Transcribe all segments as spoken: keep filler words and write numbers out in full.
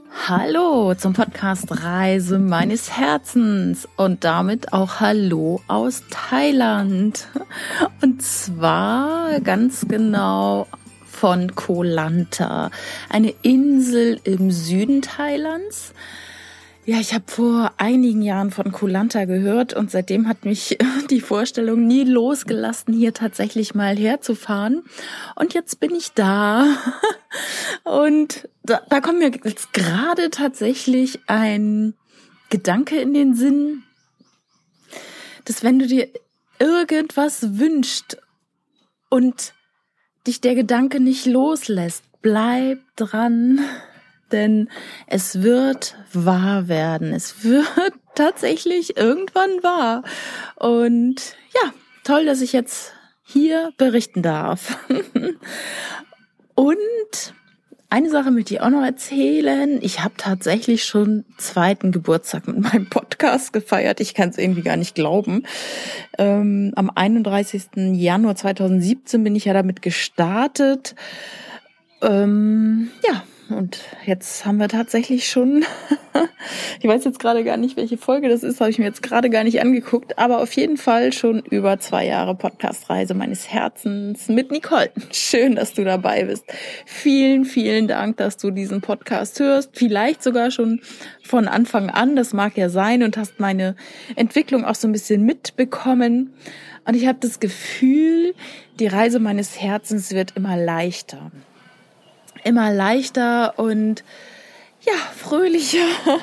Hallo zum Podcast Reise meines Herzens und damit auch Hallo aus Thailand. Und zwar ganz genau von Koh Lanta, eine Insel im Süden Thailands. Ja, ich habe vor einigen Jahren von Koh Lanta gehört und seitdem hat mich die Vorstellung nie losgelassen, hier tatsächlich mal herzufahren. Und jetzt bin ich da. Und da, da kommt mir jetzt gerade tatsächlich ein Gedanke in den Sinn, dass wenn du dir irgendwas wünschst und dich der Gedanke nicht loslässt, bleib dran. Denn es wird wahr werden. Es wird tatsächlich irgendwann wahr. Und ja, toll, dass ich jetzt hier berichten darf. Und eine Sache möchte ich auch noch erzählen. Ich habe tatsächlich schon zweiten Geburtstag mit meinem Podcast gefeiert. Ich kann es irgendwie gar nicht glauben. Ähm, am einunddreißigsten Januar zweitausendsiebzehn bin ich ja damit gestartet. Ähm, ja. Und jetzt haben wir tatsächlich schon, ich weiß jetzt gerade gar nicht, welche Folge das ist, habe ich mir jetzt gerade gar nicht angeguckt, aber auf jeden Fall schon über zwei Jahre Podcast-Reise meines Herzens mit Nicole. Schön, dass du dabei bist. Vielen, vielen Dank, dass du diesen Podcast hörst, vielleicht sogar schon von Anfang an, das mag ja sein, und hast meine Entwicklung auch so ein bisschen mitbekommen. Und ich habe das Gefühl, die Reise meines Herzens wird immer leichter. Immer leichter und ja, fröhlicher.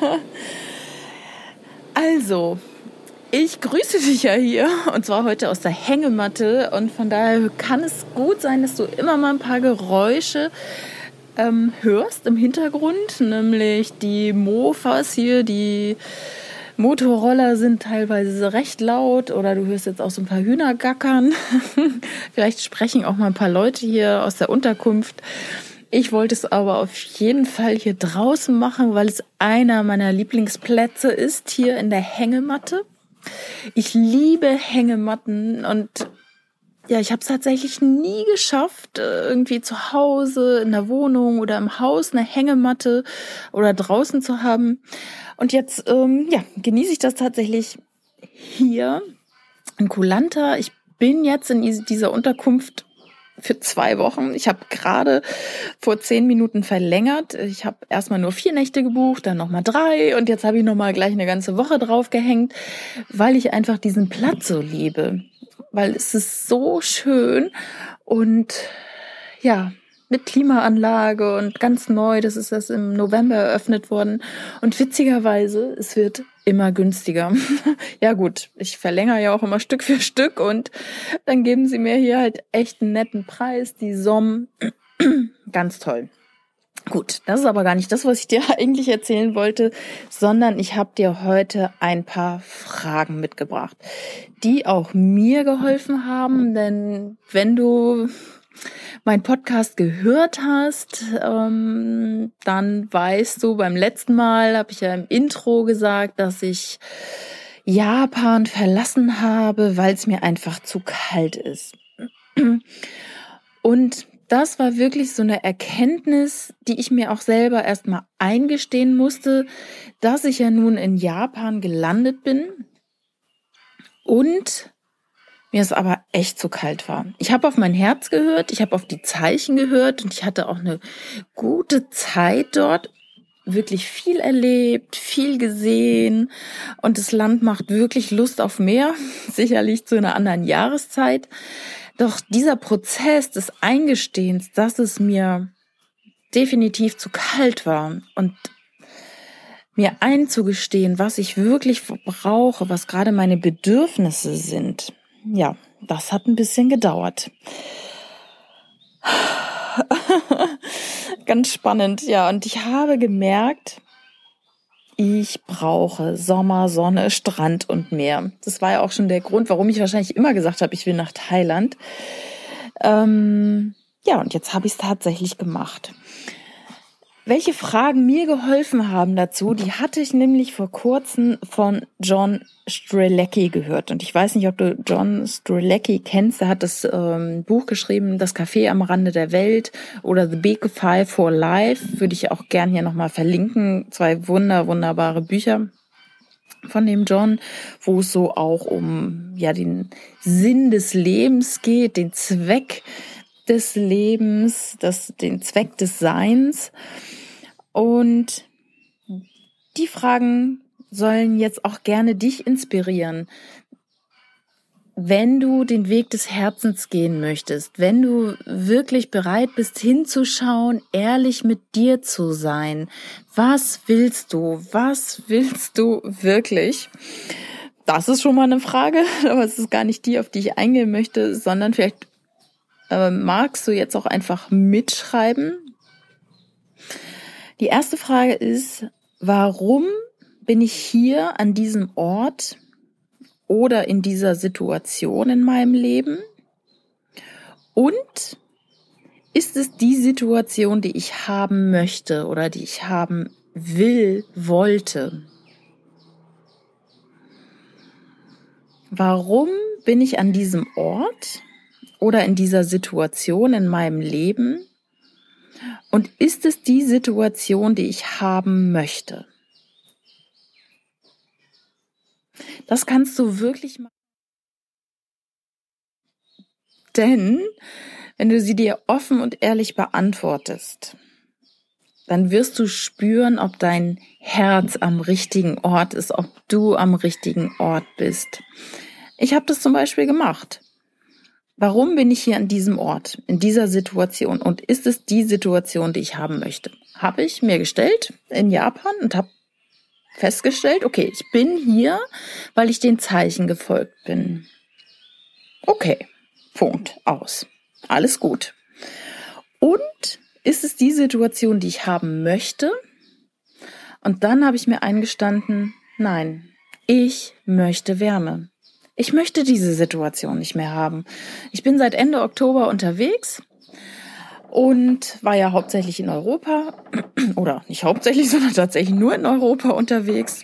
Also, ich grüße dich ja hier und zwar heute aus der Hängematte und von daher kann es gut sein, dass du immer mal ein paar Geräusche ähm, hörst im Hintergrund, nämlich die Mofas hier, die Motorroller sind teilweise recht laut oder du hörst jetzt auch so ein paar Hühner gackern. Vielleicht sprechen auch mal ein paar Leute hier aus der Unterkunft. Ich wollte es aber auf jeden Fall hier draußen machen, weil es einer meiner Lieblingsplätze ist, hier in der Hängematte. Ich liebe Hängematten und ja, ich habe es tatsächlich nie geschafft, irgendwie zu Hause, in der Wohnung oder im Haus eine Hängematte oder draußen zu haben. Und jetzt ähm, ja, genieße ich das tatsächlich hier in Koh Lanta. Ich bin jetzt in dieser Unterkunft für zwei Wochen. Ich habe gerade vor zehn Minuten verlängert. Ich habe erstmal nur vier Nächte gebucht, dann nochmal drei und jetzt habe ich nochmal gleich eine ganze Woche drauf gehängt, weil ich einfach diesen Platz so liebe. Weil es ist so schön und ja, mit Klimaanlage und ganz neu. Das ist erst im November eröffnet worden. Und witzigerweise, es wird immer günstiger. Ja gut, ich verlängere ja auch immer Stück für Stück und dann geben sie mir hier halt echt einen netten Preis. Die Somme, ganz toll. Gut, das ist aber gar nicht das, was ich dir eigentlich erzählen wollte, sondern ich habe dir heute ein paar Fragen mitgebracht, die auch mir geholfen haben, denn wenn du mein Podcast gehört hast, ähm, dann weißt du, beim letzten Mal habe ich ja im Intro gesagt, dass ich Japan verlassen habe, weil es mir einfach zu kalt ist. Und das war wirklich so eine Erkenntnis, die ich mir auch selber erstmal eingestehen musste, dass ich ja nun in Japan gelandet bin und mir es aber echt zu kalt war. Ich habe auf mein Herz gehört, ich habe auf die Zeichen gehört und ich hatte auch eine gute Zeit dort, wirklich viel erlebt, viel gesehen und das Land macht wirklich Lust auf mehr, sicherlich zu einer anderen Jahreszeit. Doch dieser Prozess des Eingestehens, dass es mir definitiv zu kalt war und mir einzugestehen, was ich wirklich brauche, was gerade meine Bedürfnisse sind, ja, das hat ein bisschen gedauert. Ganz spannend, ja. Und ich habe gemerkt, ich brauche Sommer, Sonne, Strand und Meer. Das war ja auch schon der Grund, warum ich wahrscheinlich immer gesagt habe, ich will nach Thailand. Ähm, ja, und jetzt habe ich es tatsächlich gemacht. Welche Fragen mir geholfen haben dazu, die hatte ich nämlich vor kurzem von John Strzelecki gehört. Und ich weiß nicht, ob du John Strzelecki kennst. Er hat das ähm, Buch geschrieben, Das Café am Rande der Welt oder The Big Five for Life. Würde ich auch gern hier nochmal verlinken. Zwei wunder, wunderbare Bücher von dem John, wo es so auch um ja den Sinn des Lebens geht, den Zweck des Lebens, das, den Zweck des Seins. Und die Fragen sollen jetzt auch gerne dich inspirieren. Wenn du den Weg des Herzens gehen möchtest, wenn du wirklich bereit bist hinzuschauen, ehrlich mit dir zu sein, was willst du? Was willst du wirklich? Das ist schon mal eine Frage, aber es ist gar nicht die, auf die ich eingehen möchte, sondern vielleicht äh, magst du jetzt auch einfach mitschreiben. Die erste Frage ist, warum bin ich hier an diesem Ort oder in dieser Situation in meinem Leben? Und ist es die Situation, die ich haben möchte oder die ich haben will, wollte? Warum bin ich an diesem Ort oder in dieser Situation in meinem Leben? Und ist es die Situation, die ich haben möchte? Das kannst du wirklich machen. Denn wenn du sie dir offen und ehrlich beantwortest, dann wirst du spüren, ob dein Herz am richtigen Ort ist, ob du am richtigen Ort bist. Ich habe das zum Beispiel gemacht. Warum bin ich hier an diesem Ort, in dieser Situation? Und ist es die Situation, die ich haben möchte? Habe ich mir gestellt in Japan und habe festgestellt, okay, ich bin hier, weil ich den Zeichen gefolgt bin. Okay, Punkt, aus. Alles gut. Und ist es die Situation, die ich haben möchte? Und dann habe ich mir eingestanden, nein, ich möchte Wärme. Ich möchte diese Situation nicht mehr haben. Ich bin seit Ende Oktober unterwegs und war ja hauptsächlich in Europa, oder nicht hauptsächlich, sondern tatsächlich nur in Europa unterwegs.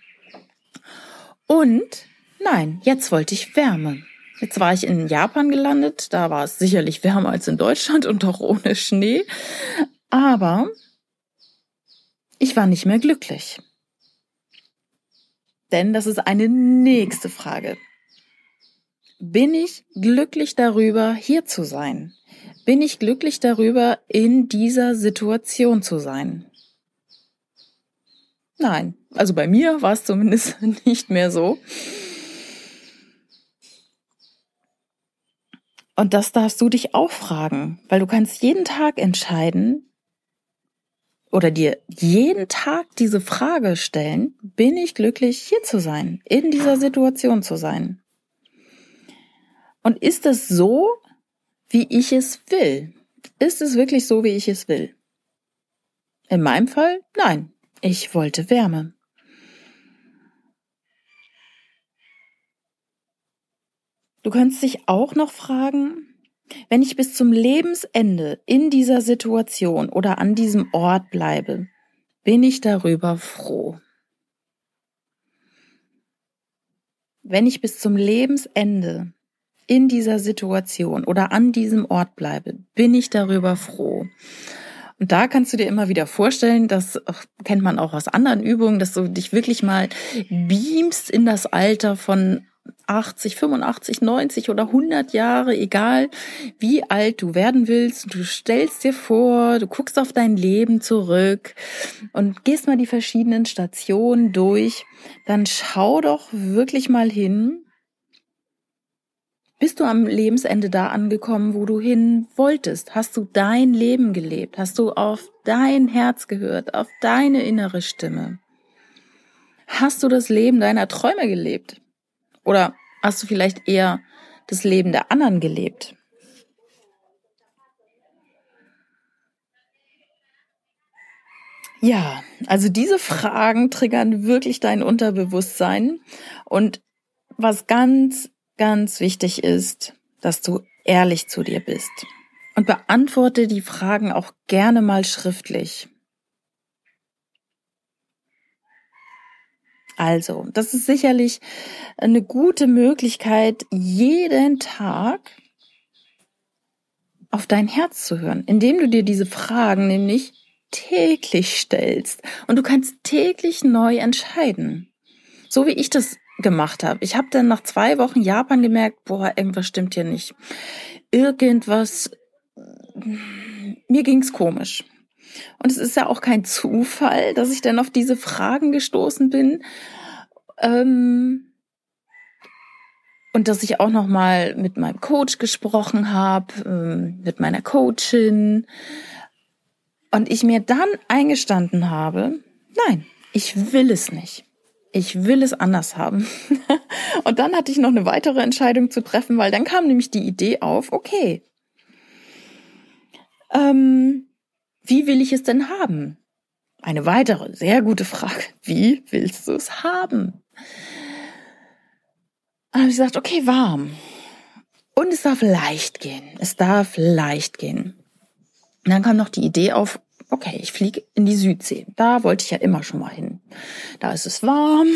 Und nein, jetzt wollte ich Wärme. Jetzt war ich in Japan gelandet, da war es sicherlich wärmer als in Deutschland und auch ohne Schnee. Aber ich war nicht mehr glücklich. Denn das ist eine nächste Frage. Bin ich glücklich darüber, hier zu sein? Bin ich glücklich darüber, in dieser Situation zu sein? Nein, also bei mir war es zumindest nicht mehr so. Und das darfst du dich auch fragen, weil du kannst jeden Tag entscheiden oder dir jeden Tag diese Frage stellen, bin ich glücklich, hier zu sein, in dieser Situation zu sein? Und ist es so, wie ich es will? Ist es wirklich so, wie ich es will? In meinem Fall, nein, ich wollte Wärme. Du kannst dich auch noch fragen, wenn ich bis zum Lebensende in dieser Situation oder an diesem Ort bleibe, bin ich darüber froh? Wenn ich bis zum Lebensende in dieser Situation oder an diesem Ort bleibe, bin ich darüber froh. Und da kannst du dir immer wieder vorstellen, das kennt man auch aus anderen Übungen, dass du dich wirklich mal beamst in das Alter von achtzig, fünfundachtzig, neunzig oder hundert Jahre, egal wie alt du werden willst. Du stellst dir vor, du guckst auf dein Leben zurück und gehst mal die verschiedenen Stationen durch. Dann schau doch wirklich mal hin, bist du am Lebensende da angekommen, wo du hin wolltest? Hast du dein Leben gelebt? Hast du auf dein Herz gehört, auf deine innere Stimme? Hast du das Leben deiner Träume gelebt? Oder hast du vielleicht eher das Leben der anderen gelebt? Ja, also diese Fragen triggern wirklich dein Unterbewusstsein. Und was ganz Ganz wichtig ist, dass du ehrlich zu dir bist und beantworte die Fragen auch gerne mal schriftlich. Also, das ist sicherlich eine gute Möglichkeit, jeden Tag auf dein Herz zu hören, indem du dir diese Fragen nämlich täglich stellst. Und du kannst täglich neu entscheiden. So wie ich das gemacht habe. Ich habe dann nach zwei Wochen Japan gemerkt, boah, irgendwas stimmt hier nicht. Irgendwas, mir ging's komisch. Und es ist ja auch kein Zufall, dass ich dann auf diese Fragen gestoßen bin. Ähm, und dass ich auch nochmal mit meinem Coach gesprochen habe, ähm, mit meiner Coachin. Und ich mir dann eingestanden habe, nein, ich will es nicht. Ich will es anders haben. Und dann hatte ich noch eine weitere Entscheidung zu treffen, weil dann kam nämlich die Idee auf, okay, ähm, wie will ich es denn haben? Eine weitere, sehr gute Frage. Wie willst du es haben? Dann habe ich gesagt, okay, warm. Und es darf leicht gehen. Es darf leicht gehen. Und dann kam noch die Idee auf, okay, ich fliege in die Südsee. Da wollte ich ja immer schon mal hin. Da ist es warm.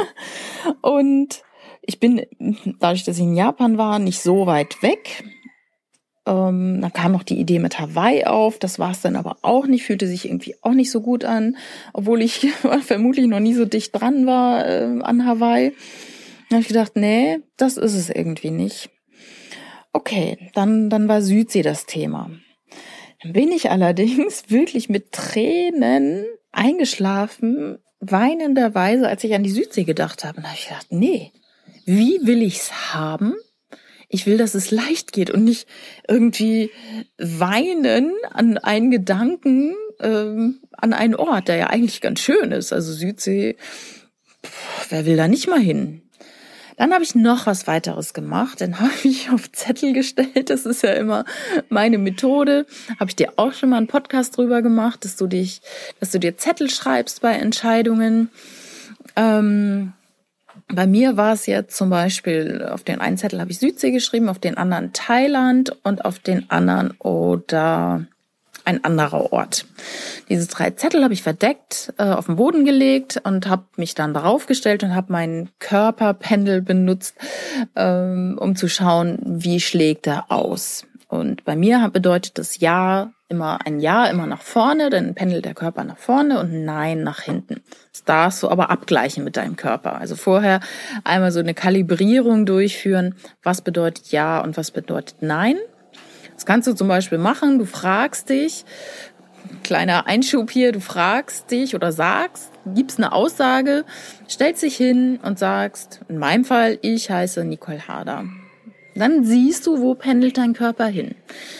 Und ich bin, dadurch, dass ich in Japan war, nicht so weit weg. Ähm, dann kam noch die Idee mit Hawaii auf. Das war es dann aber auch nicht. Fühlte sich irgendwie auch nicht so gut an. Obwohl ich vermutlich noch nie so dicht dran war äh, an Hawaii. Dann habe ich gedacht, nee, das ist es irgendwie nicht. Okay, dann, dann war Südsee das Thema. Dann bin ich allerdings wirklich mit Tränen eingeschlafen, weinenderweise, als ich an die Südsee gedacht habe. Und da habe ich gedacht, nee, wie will ich's haben? Ich will, dass es leicht geht und nicht irgendwie weinen an einen Gedanken, ähm, an einen Ort, der ja eigentlich ganz schön ist. Also Südsee, pff, wer will da nicht mal hin? Dann habe ich noch was weiteres gemacht. Dann habe ich auf Zettel gestellt. Das ist ja immer meine Methode. Habe ich dir auch schon mal einen Podcast drüber gemacht, dass du dich, dass du dir Zettel schreibst bei Entscheidungen. Ähm, bei mir war es jetzt zum Beispiel, auf den einen Zettel habe ich Südsee geschrieben, auf den anderen Thailand und auf den anderen oder ein anderer Ort. Diese drei Zettel habe ich verdeckt, äh, auf den Boden gelegt und habe mich dann darauf gestellt und habe meinen Körperpendel benutzt, ähm, um zu schauen, wie schlägt er aus. Und bei mir bedeutet das Ja immer ein Ja immer nach vorne, dann pendelt der Körper nach vorne und Nein nach hinten. Das darfst du aber abgleichen mit deinem Körper. Also vorher einmal so eine Kalibrierung durchführen, was bedeutet Ja und was bedeutet Nein. Das kannst du zum Beispiel machen, du fragst dich, kleiner Einschub hier, du fragst dich oder sagst, gibst eine Aussage, stellst dich hin und sagst, in meinem Fall, ich heiße Nicole Harder. Dann siehst du, wo pendelt dein Körper hin.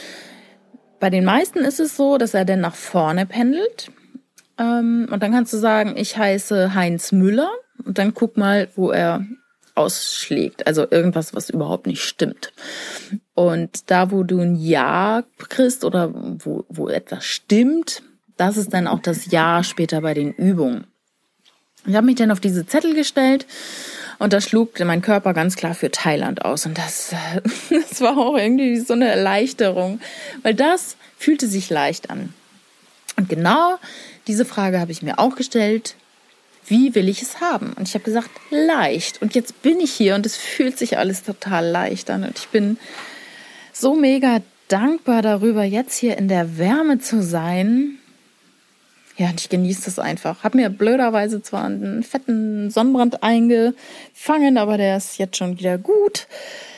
Bei den meisten ist es so, dass er dann nach vorne pendelt. Und dann kannst du sagen, ich heiße Heinz Müller und dann guck mal, wo er ausschlägt, also irgendwas, was überhaupt nicht stimmt. Und da, wo du ein Ja kriegst oder wo, wo etwas stimmt, das ist dann auch das Ja später bei den Übungen. Ich habe mich dann auf diese Zettel gestellt und da schlug mein Körper ganz klar für Thailand aus. Und das, das war auch irgendwie so eine Erleichterung, weil das fühlte sich leicht an. Und genau diese Frage habe ich mir auch gestellt. Wie will ich es haben? Und ich habe gesagt, leicht. Und jetzt bin ich hier und es fühlt sich alles total leicht an. Und ich bin so mega dankbar darüber, jetzt hier in der Wärme zu sein. Ja, und ich genieße das einfach. Habe mir blöderweise zwar einen fetten Sonnenbrand eingefangen, aber der ist jetzt schon wieder gut.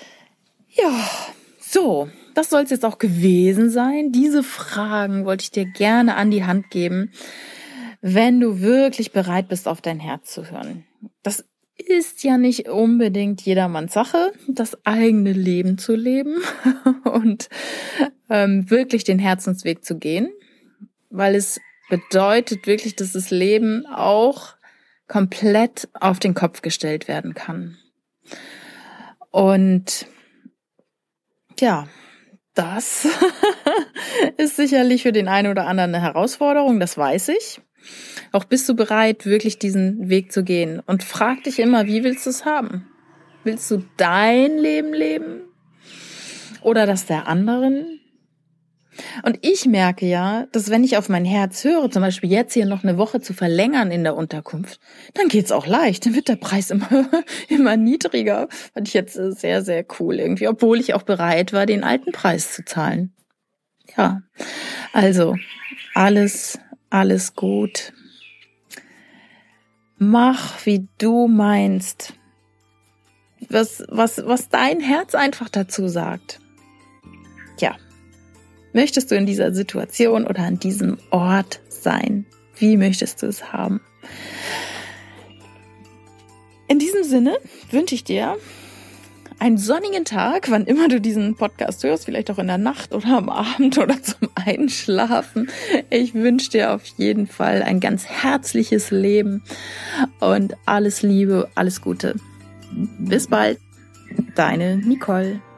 Ja, so, das soll es jetzt auch gewesen sein. Diese Fragen wollte ich dir gerne an die Hand geben, wenn du wirklich bereit bist, auf dein Herz zu hören. Das ist ja nicht unbedingt jedermanns Sache, das eigene Leben zu leben und ähm, wirklich den Herzensweg zu gehen, weil es bedeutet wirklich, dass das Leben auch komplett auf den Kopf gestellt werden kann. Und ja, das ist sicherlich für den einen oder anderen eine Herausforderung, das weiß ich. Auch bist du bereit, wirklich diesen Weg zu gehen? Und frag dich immer, wie willst du es haben? Willst du dein Leben leben? Oder das der anderen? Und ich merke ja, dass wenn ich auf mein Herz höre, zum Beispiel jetzt hier noch eine Woche zu verlängern in der Unterkunft, dann geht's auch leicht. Dann wird der Preis immer, immer niedriger. Fand ich jetzt sehr, sehr cool irgendwie, obwohl ich auch bereit war, den alten Preis zu zahlen. Ja, also alles, alles gut. Mach, wie du meinst. Was, was, was dein Herz einfach dazu sagt. Ja. Möchtest du in dieser Situation oder an diesem Ort sein? Wie möchtest du es haben? In diesem Sinne wünsche ich dir einen sonnigen Tag, wann immer du diesen Podcast hörst, vielleicht auch in der Nacht oder am Abend oder zum Einschlafen. Ich wünsche dir auf jeden Fall ein ganz herzliches Leben und alles Liebe, alles Gute. Bis bald, deine Nicole.